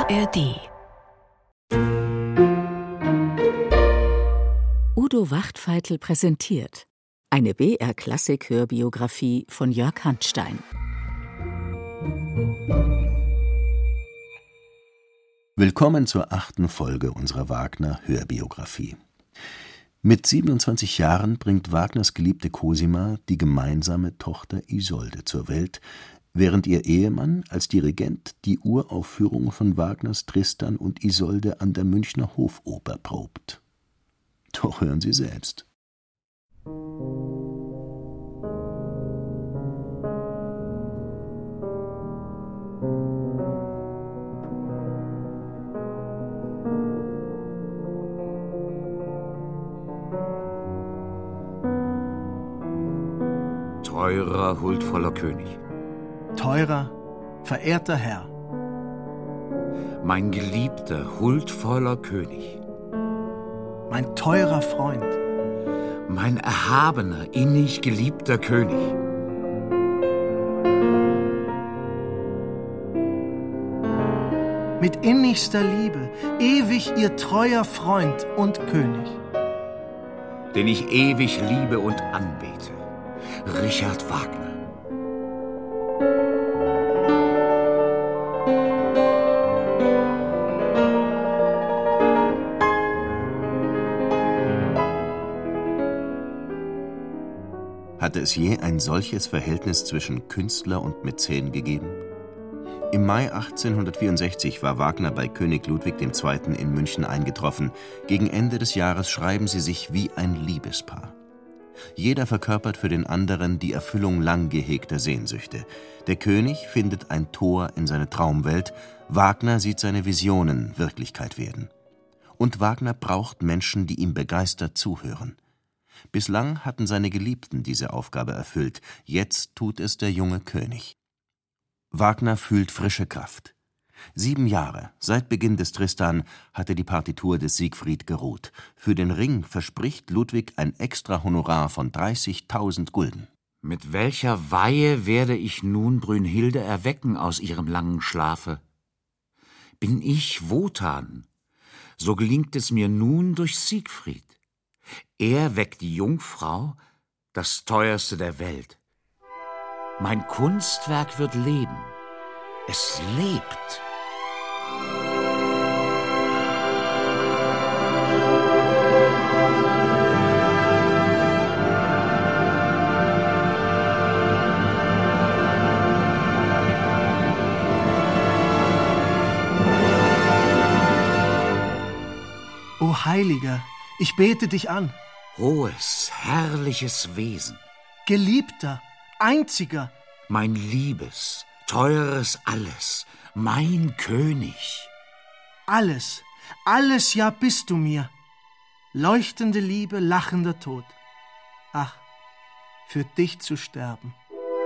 ARD. Udo Wachtfeitel präsentiert eine BR-Klassik-Hörbiografie von Jörg Hanstein. Willkommen zur 8. Folge unserer Wagner-Hörbiografie. Mit 27 Jahren bringt Wagners geliebte Cosima die gemeinsame Tochter Isolde zur Welt, während ihr Ehemann als Dirigent die Uraufführung von Wagners Tristan und Isolde an der Münchner Hofoper probt. Doch hören Sie selbst. Teurer, huldvoller König. Teurer, verehrter Herr. Mein geliebter, huldvoller König. Mein teurer Freund. Mein erhabener, innig geliebter König. Mit innigster Liebe, ewig Ihr treuer Freund und König. Den ich ewig liebe und anbete. Richard Wagner. Hatte es je ein solches Verhältnis zwischen Künstler und Mäzen gegeben? Im Mai 1864 war Wagner bei König Ludwig II. In München eingetroffen. Gegen Ende des Jahres schreiben sie sich wie ein Liebespaar. Jeder verkörpert für den anderen die Erfüllung lang gehegter Sehnsüchte. Der König findet ein Tor in seine Traumwelt, Wagner sieht seine Visionen Wirklichkeit werden. Und Wagner braucht Menschen, die ihm begeistert zuhören. Bislang hatten seine Geliebten diese Aufgabe erfüllt, jetzt tut es der junge König. Wagner fühlt frische Kraft. 7 Jahre, seit Beginn des Tristan, hatte die Partitur des Siegfried geruht. Für den Ring verspricht Ludwig ein Extra-Honorar von 30.000 Gulden. Mit welcher Weihe werde ich nun Brünnhilde erwecken aus ihrem langen Schlafe? Bin ich Wotan, so gelingt es mir nun durch Siegfried. Er weckt die Jungfrau, das teuerste der Welt. Mein Kunstwerk wird leben. Es lebt. O Heiliger, ich bete dich an. Hohes, herrliches Wesen. Geliebter, einziger. Mein Liebes, teures Alles, mein König. Alles, alles ja bist du mir. Leuchtende Liebe, lachender Tod. Ach, für dich zu sterben.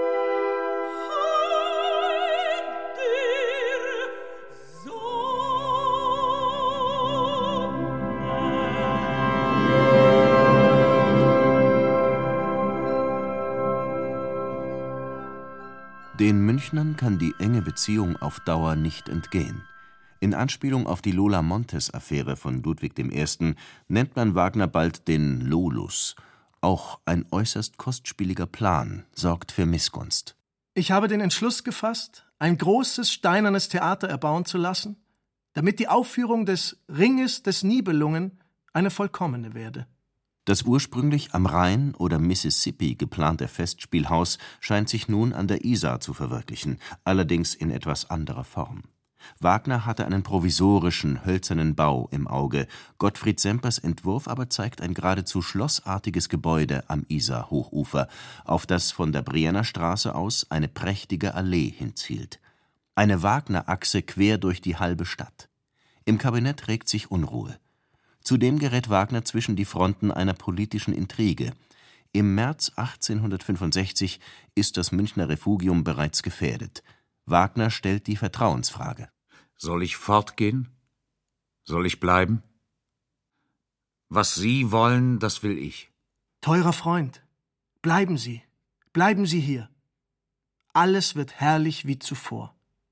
Den Münchnern kann die enge Beziehung auf Dauer nicht entgehen. In Anspielung auf die Lola-Montes-Affäre von Ludwig I. nennt man Wagner bald den Lolus. Auch ein äußerst kostspieliger Plan sorgt für Missgunst. Ich habe den Entschluss gefasst, ein großes steinernes Theater erbauen zu lassen, damit die Aufführung des Ringes des Nibelungen eine vollkommene werde. Das ursprünglich am Rhein oder Mississippi geplante Festspielhaus scheint sich nun an der Isar zu verwirklichen, allerdings in etwas anderer Form. Wagner hatte einen provisorischen, hölzernen Bau im Auge, Gottfried Sempers Entwurf aber zeigt ein geradezu schlossartiges Gebäude am Isar-Hochufer, auf das von der Brienner Straße aus eine prächtige Allee hinzielt. Eine Wagner-Achse quer durch die halbe Stadt. Im Kabinett regt sich Unruhe. Zudem gerät Wagner zwischen die Fronten einer politischen Intrige. Im März 1865 ist das Münchner Refugium bereits gefährdet. Wagner stellt die Vertrauensfrage. Soll ich fortgehen? Soll ich bleiben? Was Sie wollen, das will ich. Teurer Freund, bleiben Sie hier. Alles wird herrlich wie zuvor.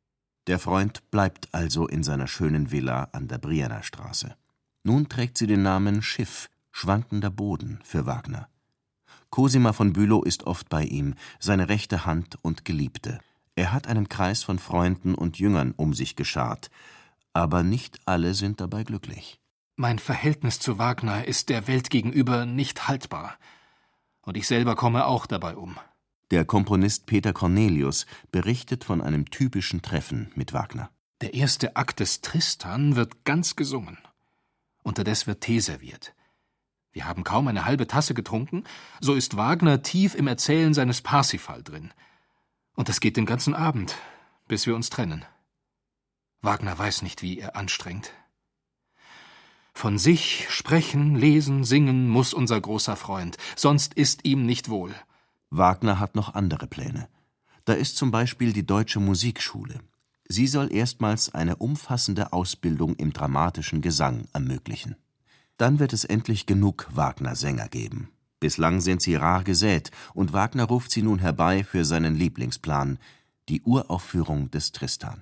Der Freund bleibt also in seiner schönen Villa an der Brienner Straße. Nun trägt sie den Namen Schiff, schwankender Boden für Wagner. Cosima von Bülow ist oft bei ihm, seine rechte Hand und Geliebte. Er hat einen Kreis von Freunden und Jüngern um sich geschart, aber nicht alle sind dabei glücklich. Mein Verhältnis zu Wagner ist der Welt gegenüber nicht haltbar. Und ich selber komme auch dabei um. Der Komponist Peter Cornelius berichtet von einem typischen Treffen mit Wagner. Der erste Akt des Tristan wird ganz gesungen. Unterdes wird Tee serviert. Wir haben kaum eine halbe Tasse getrunken, so ist Wagner tief im Erzählen seines Parsifal drin. Und das geht den ganzen Abend, bis wir uns trennen. Wagner weiß nicht, wie er anstrengt. Von sich sprechen, lesen, singen muss unser großer Freund, sonst ist ihm nicht wohl. Wagner hat noch andere Pläne. Da ist zum Beispiel die Deutsche Musikschule. Sie soll erstmals eine umfassende Ausbildung im dramatischen Gesang ermöglichen. Dann wird es endlich genug Wagner-Sänger geben. Bislang sind sie rar gesät, und Wagner ruft sie nun herbei für seinen Lieblingsplan, die Uraufführung des Tristan.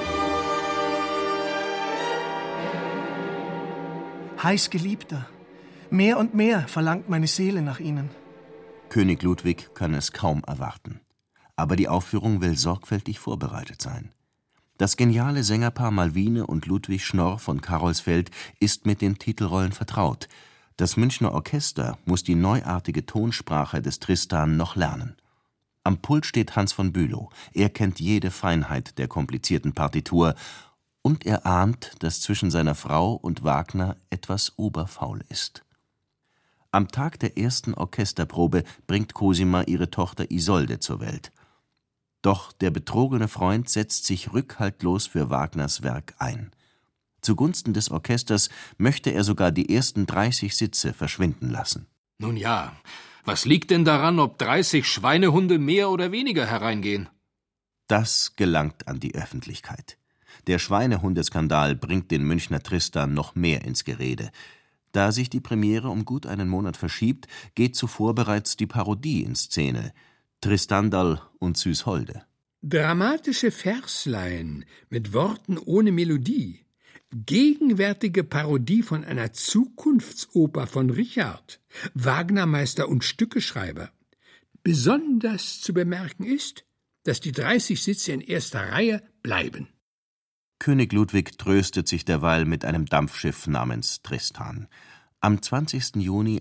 Heißgeliebter, mehr und mehr verlangt meine Seele nach Ihnen. König Ludwig kann es kaum erwarten. Aber die Aufführung will sorgfältig vorbereitet sein. Das geniale Sängerpaar Malvine und Ludwig Schnorr von Carolsfeld ist mit den Titelrollen vertraut. Das Münchner Orchester muss die neuartige Tonsprache des Tristan noch lernen. Am Pult steht Hans von Bülow. Er kennt jede Feinheit der komplizierten Partitur und er ahnt, dass zwischen seiner Frau und Wagner etwas oberfaul ist. Am Tag der ersten Orchesterprobe bringt Cosima ihre Tochter Isolde zur Welt. Doch der betrogene Freund setzt sich rückhaltlos für Wagners Werk ein. Zugunsten des Orchesters möchte er sogar die ersten 30 Sitze verschwinden lassen. Nun ja, was liegt denn daran, ob 30 Schweinehunde mehr oder weniger hereingehen? Das gelangt an die Öffentlichkeit. Der Schweinehundeskandal bringt den Münchner Tristan noch mehr ins Gerede. Da sich die Premiere um gut einen Monat verschiebt, geht zuvor bereits die Parodie in Szene: Tristandal und Süßholde. Dramatische Verslein mit Worten ohne Melodie. Gegenwärtige Parodie von einer Zukunftsoper von Richard, Wagnermeister und Stückeschreiber. Besonders zu bemerken ist, dass die 30 Sitze in erster Reihe bleiben. König Ludwig tröstet sich derweil mit einem Dampfschiff namens Tristan. Am 20. Juni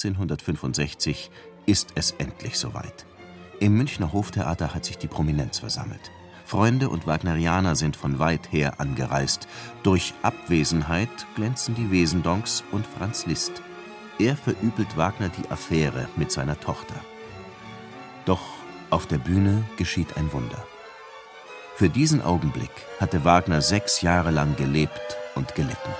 1865 ist es endlich soweit. Im Münchner Hoftheater hat sich die Prominenz versammelt. Freunde und Wagnerianer sind von weit her angereist. Durch Abwesenheit glänzen die Wesendonks und Franz Liszt. Er verübelt Wagner die Affäre mit seiner Tochter. Doch auf der Bühne geschieht ein Wunder. Für diesen Augenblick hatte Wagner 6 Jahre lang gelebt und gelitten.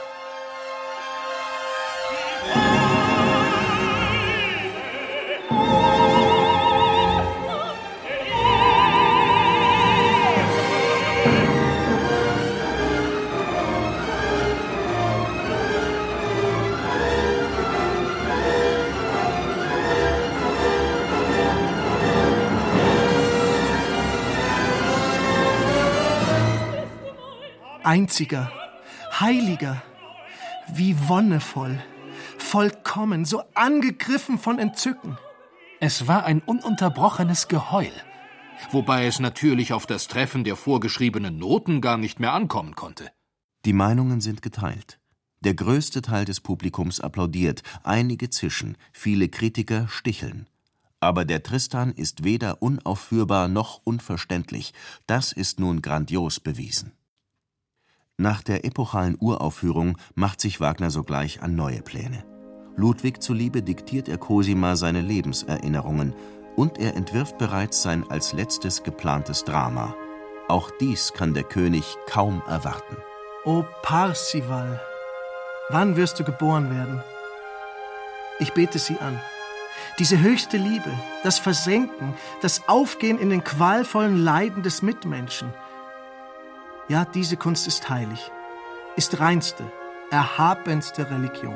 Einziger, heiliger, wie wonnevoll, vollkommen, so angegriffen von Entzücken. Es war ein ununterbrochenes Geheul, wobei es natürlich auf das Treffen der vorgeschriebenen Noten gar nicht mehr ankommen konnte. Die Meinungen sind geteilt. Der größte Teil des Publikums applaudiert, einige zischen, viele Kritiker sticheln. Aber der Tristan ist weder unaufführbar noch unverständlich. Das ist nun grandios bewiesen. Nach der epochalen Uraufführung macht sich Wagner sogleich an neue Pläne. Ludwig zuliebe diktiert er Cosima seine Lebenserinnerungen und er entwirft bereits sein als letztes geplantes Drama. Auch dies kann der König kaum erwarten. O Parsival, wann wirst du geboren werden? Ich bete sie an. Diese höchste Liebe, das Versenken, das Aufgehen in den qualvollen Leiden des Mitmenschen. Ja, diese Kunst ist heilig, ist reinste, erhabenste Religion.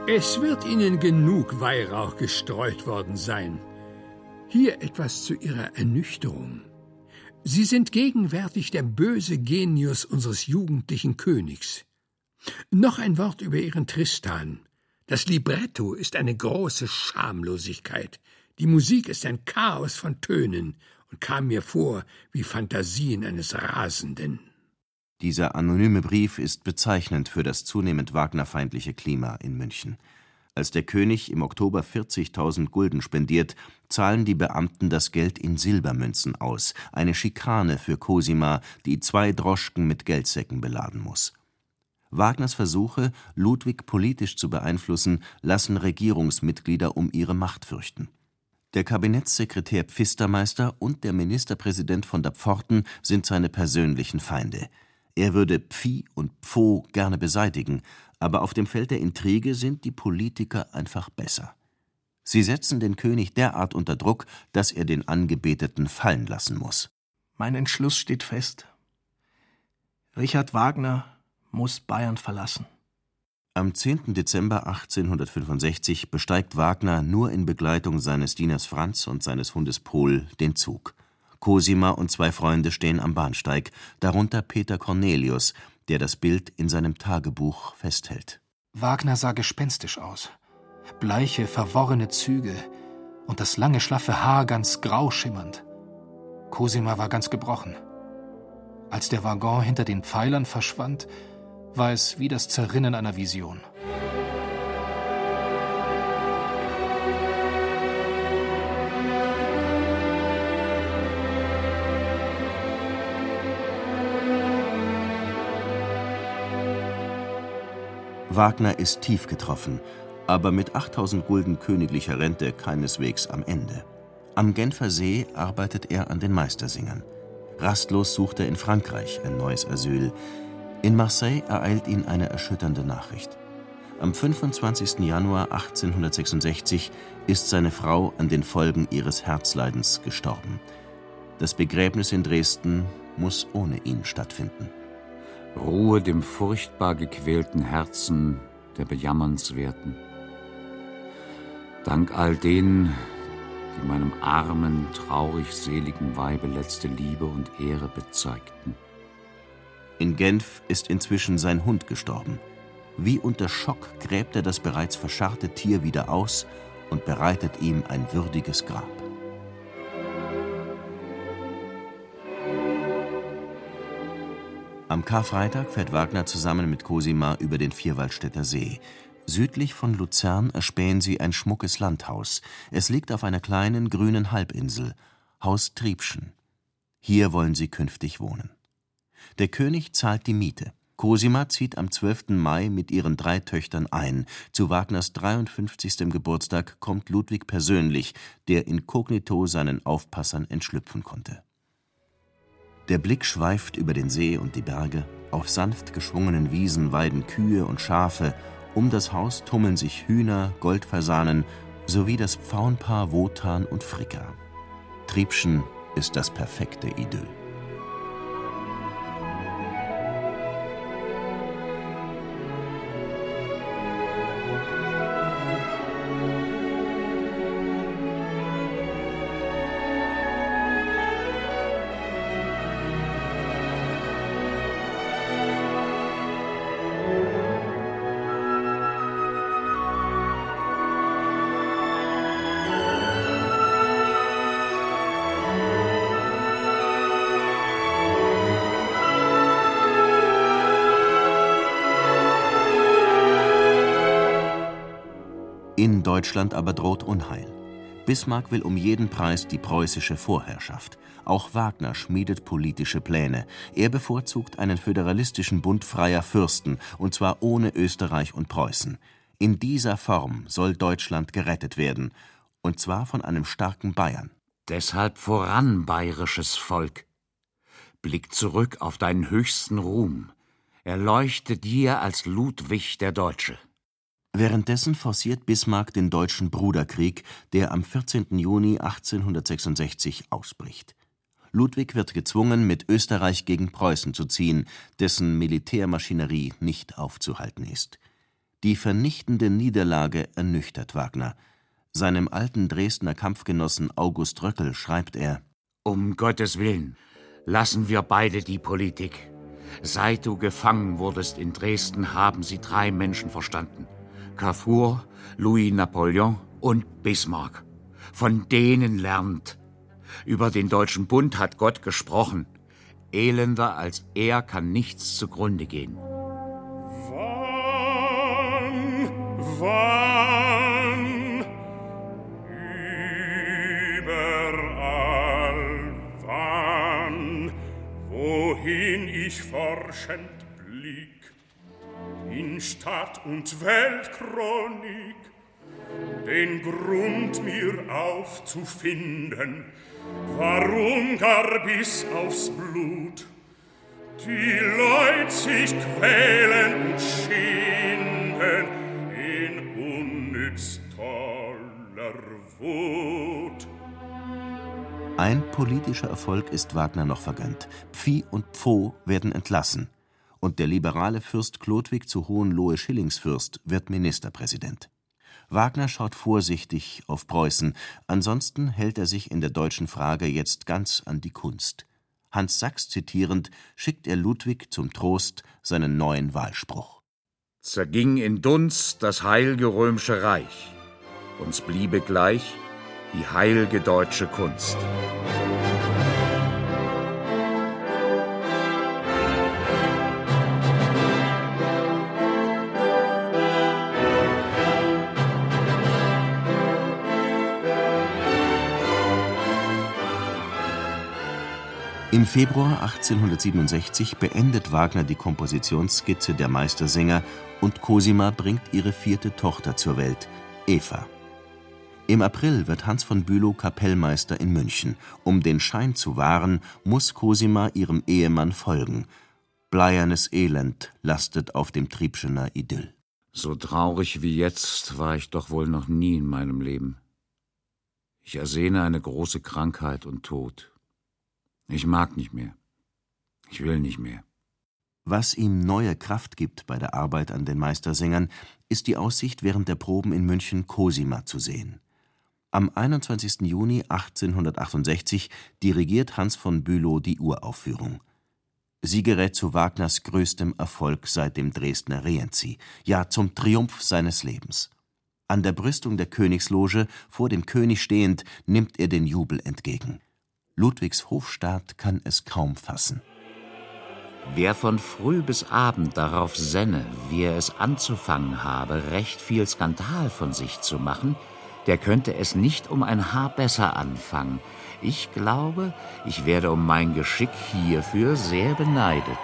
Es wird Ihnen genug Weihrauch gestreut worden sein. Hier etwas zu Ihrer Ernüchterung. Sie sind gegenwärtig der böse Genius unseres jugendlichen Königs. Noch ein Wort über Ihren Tristan. Das Libretto ist eine große Schamlosigkeit. Die Musik ist ein Chaos von Tönen und kam mir vor wie Phantasien eines Rasenden. Dieser anonyme Brief ist bezeichnend für das zunehmend wagnerfeindliche Klima in München. Als der König im Oktober 40.000 Gulden spendiert, zahlen die Beamten das Geld in Silbermünzen aus, eine Schikane für Cosima, die 2 Droschken mit Geldsäcken beladen muss. Wagners Versuche, Ludwig politisch zu beeinflussen, lassen Regierungsmitglieder um ihre Macht fürchten. Der Kabinettssekretär Pfistermeister und der Ministerpräsident von der Pforten sind seine persönlichen Feinde. Er würde Pfi und Pfo gerne beseitigen, aber auf dem Feld der Intrige sind die Politiker einfach besser. Sie setzen den König derart unter Druck, dass er den Angebeteten fallen lassen muss. Mein Entschluss steht fest. Richard Wagner muss Bayern verlassen. Am 10. Dezember 1865 besteigt Wagner nur in Begleitung seines Dieners Franz und seines Hundes Pohl den Zug. Cosima und 2 Freunde stehen am Bahnsteig, darunter Peter Cornelius, der das Bild in seinem Tagebuch festhält. Wagner sah gespenstisch aus. Bleiche, verworrene Züge und das lange, schlaffe Haar ganz grau schimmernd. Cosima war ganz gebrochen. Als der Waggon hinter den Pfeilern verschwand, war es wie das Zerrinnen einer Vision. Wagner ist tief getroffen, aber mit 8.000 Gulden königlicher Rente keineswegs am Ende. Am Genfer See arbeitet er an den Meistersingern. Rastlos sucht er in Frankreich ein neues Asyl. In Marseille ereilt ihn eine erschütternde Nachricht. Am 25. Januar 1866 ist seine Frau an den Folgen ihres Herzleidens gestorben. Das Begräbnis in Dresden muss ohne ihn stattfinden. Ruhe dem furchtbar gequälten Herzen der Bejammernswerten. Dank all denen, die meinem armen, traurig seligen Weibe letzte Liebe und Ehre bezeigten. In Genf ist inzwischen sein Hund gestorben. Wie unter Schock gräbt er das bereits verscharrte Tier wieder aus und bereitet ihm ein würdiges Grab. Am Karfreitag fährt Wagner zusammen mit Cosima über den Vierwaldstätter See. Südlich von Luzern erspähen sie ein schmuckes Landhaus. Es liegt auf einer kleinen grünen Halbinsel, Haus Triebschen. Hier wollen sie künftig wohnen. Der König zahlt die Miete. Cosima zieht am 12. Mai mit ihren 3 Töchtern ein. Zu Wagners 53. Geburtstag kommt Ludwig persönlich, der inkognito seinen Aufpassern entschlüpfen konnte. Der Blick schweift über den See und die Berge. Auf sanft geschwungenen Wiesen weiden Kühe und Schafe. Um das Haus tummeln sich Hühner, Goldfasanen sowie das Pfauenpaar Wotan und Fricka. Triebschen ist das perfekte Idyll. In Deutschland aber droht Unheil. Bismarck will um jeden Preis die preußische Vorherrschaft. Auch Wagner schmiedet politische Pläne. Er bevorzugt einen föderalistischen Bund freier Fürsten, und zwar ohne Österreich und Preußen. In dieser Form soll Deutschland gerettet werden, und zwar von einem starken Bayern. Deshalb voran, bayerisches Volk. Blick zurück auf deinen höchsten Ruhm. Er leuchtet dir als Ludwig der Deutsche. Währenddessen forciert Bismarck den Deutschen Bruderkrieg, der am 14. Juni 1866 ausbricht. Ludwig wird gezwungen, mit Österreich gegen Preußen zu ziehen, dessen Militärmaschinerie nicht aufzuhalten ist. Die vernichtende Niederlage ernüchtert Wagner. Seinem alten Dresdner Kampfgenossen August Röckel schreibt er: Um Gottes Willen, lassen wir beide die Politik. Seit du gefangen wurdest in Dresden, haben sie 3 Menschen verstanden: Cavour, Louis Napoleon und Bismarck. Von denen lernt. Über den Deutschen Bund hat Gott gesprochen. Elender als er kann nichts zugrunde gehen. Wann, überall, wann, wohin ich forschend blick, in Stadt- und Weltchronik, den Grund mir aufzufinden, warum gar bis aufs Blut die Leut sich quälen und schinden in unnütz toller Wut. Ein politischer Erfolg ist Wagner noch vergönnt. Pfie und Pfo werden entlassen. Und der liberale Fürst Chlodwig zu Hohenlohe-Schillingsfürst wird Ministerpräsident. Wagner schaut vorsichtig auf Preußen, ansonsten hält er sich in der deutschen Frage jetzt ganz an die Kunst. Hans Sachs zitierend, schickt er Ludwig zum Trost seinen neuen Wahlspruch: Zerging in Dunst das heilge römische Reich. Uns bliebe gleich die heilge deutsche Kunst. Im Februar 1867 beendet Wagner die Kompositionsskizze der Meistersinger und Cosima bringt ihre 4. Tochter zur Welt, Eva. Im April wird Hans von Bülow Kapellmeister in München. Um den Schein zu wahren, muss Cosima ihrem Ehemann folgen. Bleiernes Elend lastet auf dem Triebschener Idyll. So traurig wie jetzt war ich doch wohl noch nie in meinem Leben. Ich ersehne eine große Krankheit und Tod. Ich mag nicht mehr. Ich will nicht mehr. Was ihm neue Kraft gibt bei der Arbeit an den Meistersingern, ist die Aussicht, während der Proben in München Cosima zu sehen. Am 21. Juni 1868 dirigiert Hans von Bülow die Uraufführung. Sie gerät zu Wagners größtem Erfolg seit dem Dresdner Rienzi, ja zum Triumph seines Lebens. An der Brüstung der Königsloge, vor dem König stehend, nimmt er den Jubel entgegen. Ludwigs Hofstaat kann es kaum fassen. Wer von früh bis Abend darauf senne, wie er es anzufangen habe, recht viel Skandal von sich zu machen, der könnte es nicht um ein Haar besser anfangen. Ich glaube, ich werde um mein Geschick hierfür sehr beneidet.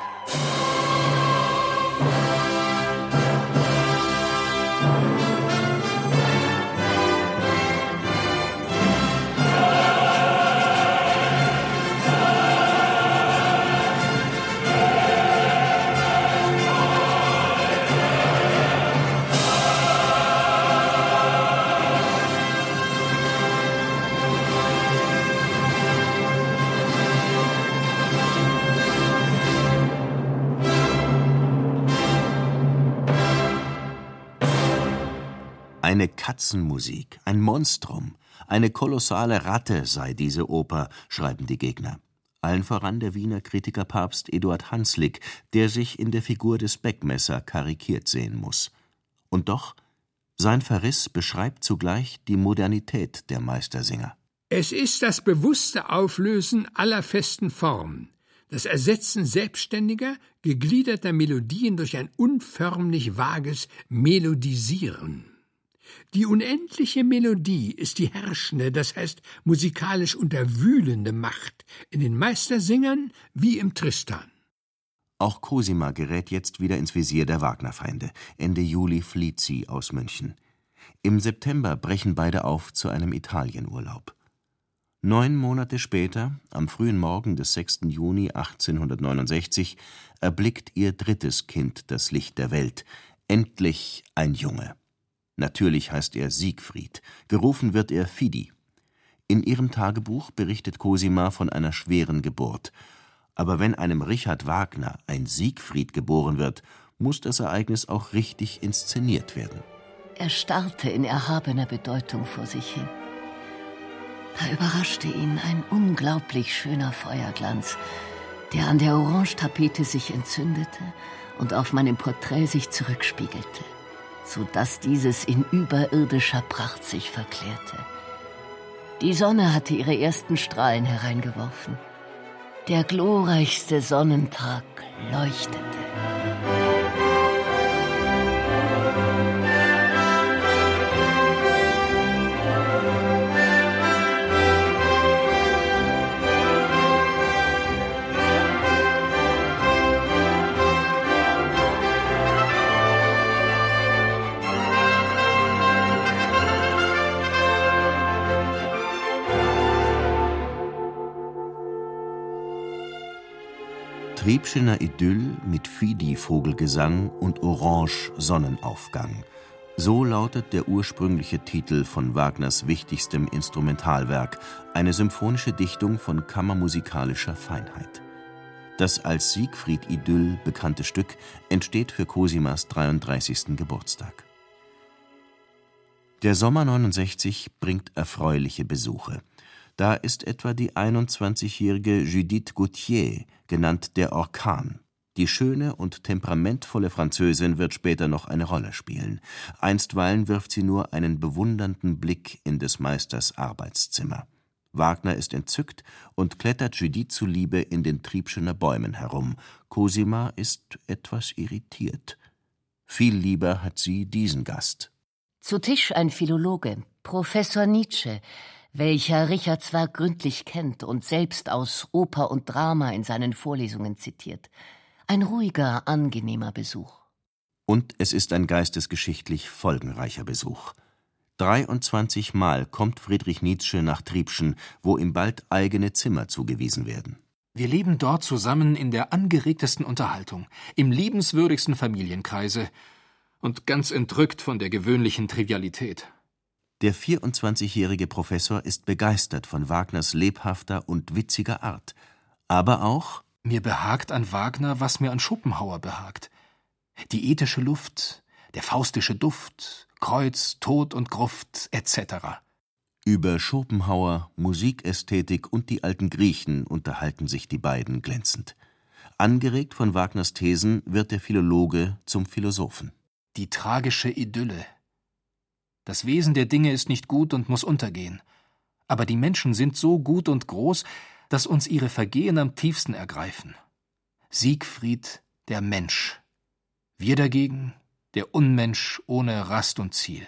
Eine Katzenmusik, ein Monstrum, eine kolossale Ratte sei diese Oper, schreiben die Gegner. Allen voran der Wiener Kritikerpapst Eduard Hanslick, der sich in der Figur des Beckmesser karikiert sehen muss. Und doch, sein Verriss beschreibt zugleich die Modernität der Meistersinger. Es ist das bewusste Auflösen aller festen Formen, das Ersetzen selbstständiger, gegliederter Melodien durch ein unförmlich vages Melodisieren. Die unendliche Melodie ist die herrschende, das heißt musikalisch unterwühlende Macht in den Meistersingern wie im Tristan. Auch Cosima gerät jetzt wieder ins Visier der Wagner-Feinde. Ende Juli flieht sie aus München. Im September brechen beide auf zu einem Italienurlaub. 9 Monate später, am frühen Morgen des 6. Juni 1869, erblickt ihr 3. Kind das Licht der Welt. Endlich ein Junge. Natürlich heißt er Siegfried, gerufen wird er Fidi. In ihrem Tagebuch berichtet Cosima von einer schweren Geburt. Aber wenn einem Richard Wagner ein Siegfried geboren wird, muss das Ereignis auch richtig inszeniert werden. Er starrte in erhabener Bedeutung vor sich hin. Da überraschte ihn ein unglaublich schöner Feuerglanz, der an der Orangetapete sich entzündete und auf meinem Porträt sich zurückspiegelte, sodass dieses in überirdischer Pracht sich verklärte. Die Sonne hatte ihre ersten Strahlen hereingeworfen. Der glorreichste Sonnentag leuchtete. Triebschener Idyll mit Fidi-Vogelgesang und Orange-Sonnenaufgang. So lautet der ursprüngliche Titel von Wagners wichtigstem Instrumentalwerk, eine symphonische Dichtung von kammermusikalischer Feinheit. Das als Siegfried-Idyll bekannte Stück entsteht für Cosimas 33. Geburtstag. Der Sommer 69 bringt erfreuliche Besuche. Da ist etwa die 21-jährige Judith Gautier, genannt der Orkan. Die schöne und temperamentvolle Französin wird später noch eine Rolle spielen. Einstweilen wirft sie nur einen bewundernden Blick in des Meisters Arbeitszimmer. Wagner ist entzückt und klettert Judith zuliebe in den Triebschener Bäumen herum. Cosima ist etwas irritiert. Viel lieber hat sie diesen Gast. Zu Tisch ein Philologe, Professor Nietzsche, welcher Richards Werk gründlich kennt und selbst aus Oper und Drama in seinen Vorlesungen zitiert. Ein ruhiger, angenehmer Besuch. Und es ist ein geistesgeschichtlich folgenreicher Besuch. 23 Mal kommt Friedrich Nietzsche nach Triebschen, wo ihm bald eigene Zimmer zugewiesen werden. Wir leben dort zusammen in der angeregtesten Unterhaltung, im liebenswürdigsten Familienkreise und ganz entrückt von der gewöhnlichen Trivialität. Der 24-jährige Professor ist begeistert von Wagners lebhafter und witziger Art, aber auch: Mir behagt an Wagner, was mir an Schopenhauer behagt. Die ethische Luft, der faustische Duft, Kreuz, Tod und Gruft, etc. Über Schopenhauer, Musikästhetik und die alten Griechen unterhalten sich die beiden glänzend. Angeregt von Wagners Thesen wird der Philologe zum Philosophen. Die tragische Idylle. Das Wesen der Dinge ist nicht gut und muss untergehen. Aber die Menschen sind so gut und groß, dass uns ihre Vergehen am tiefsten ergreifen. Siegfried, der Mensch. Wir dagegen, der Unmensch ohne Rast und Ziel.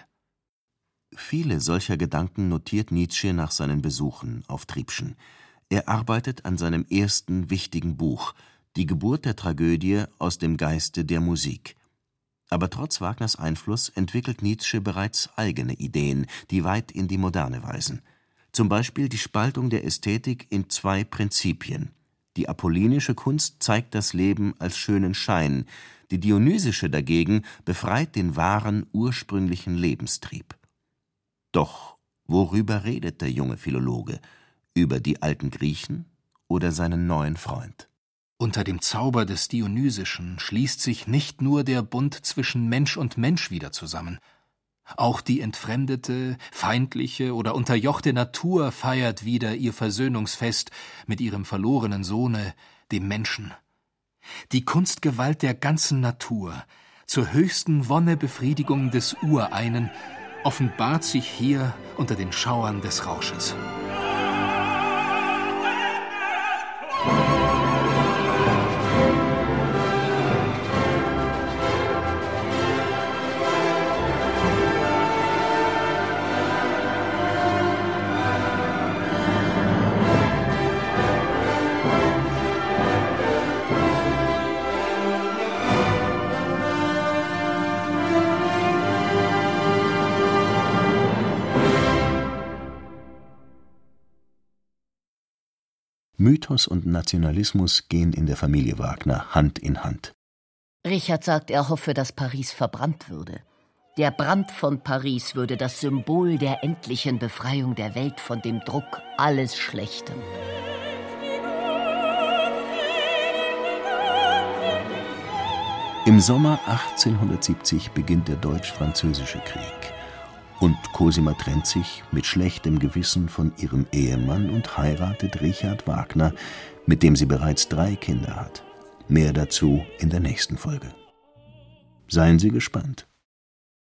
Viele solcher Gedanken notiert Nietzsche nach seinen Besuchen auf Triebschen. Er arbeitet an seinem ersten wichtigen Buch, Die Geburt der Tragödie aus dem Geiste der Musik. Aber trotz Wagners Einfluss entwickelt Nietzsche bereits eigene Ideen, die weit in die Moderne weisen. Zum Beispiel die Spaltung der Ästhetik in 2 Prinzipien. Die apollinische Kunst zeigt das Leben als schönen Schein, die dionysische dagegen befreit den wahren, ursprünglichen Lebenstrieb. Doch worüber redet der junge Philologe? Über die alten Griechen oder seinen neuen Freund? Unter dem Zauber des Dionysischen schließt sich nicht nur der Bund zwischen Mensch und Mensch wieder zusammen. Auch die entfremdete, feindliche oder unterjochte Natur feiert wieder ihr Versöhnungsfest mit ihrem verlorenen Sohne, dem Menschen. Die Kunstgewalt der ganzen Natur, zur höchsten Wonnebefriedigung des Ureinen, offenbart sich hier unter den Schauern des Rausches. Mythos und Nationalismus gehen in der Familie Wagner Hand in Hand. Richard sagt, er hoffe, dass Paris verbrannt würde. Der Brand von Paris würde das Symbol der endlichen Befreiung der Welt von dem Druck alles Schlechten. Im Sommer 1870 beginnt der Deutsch-Französische Krieg und Cosima trennt sich mit schlechtem Gewissen von ihrem Ehemann und heiratet Richard Wagner, mit dem sie bereits 3 Kinder hat. Mehr dazu in der nächsten Folge. Seien Sie gespannt.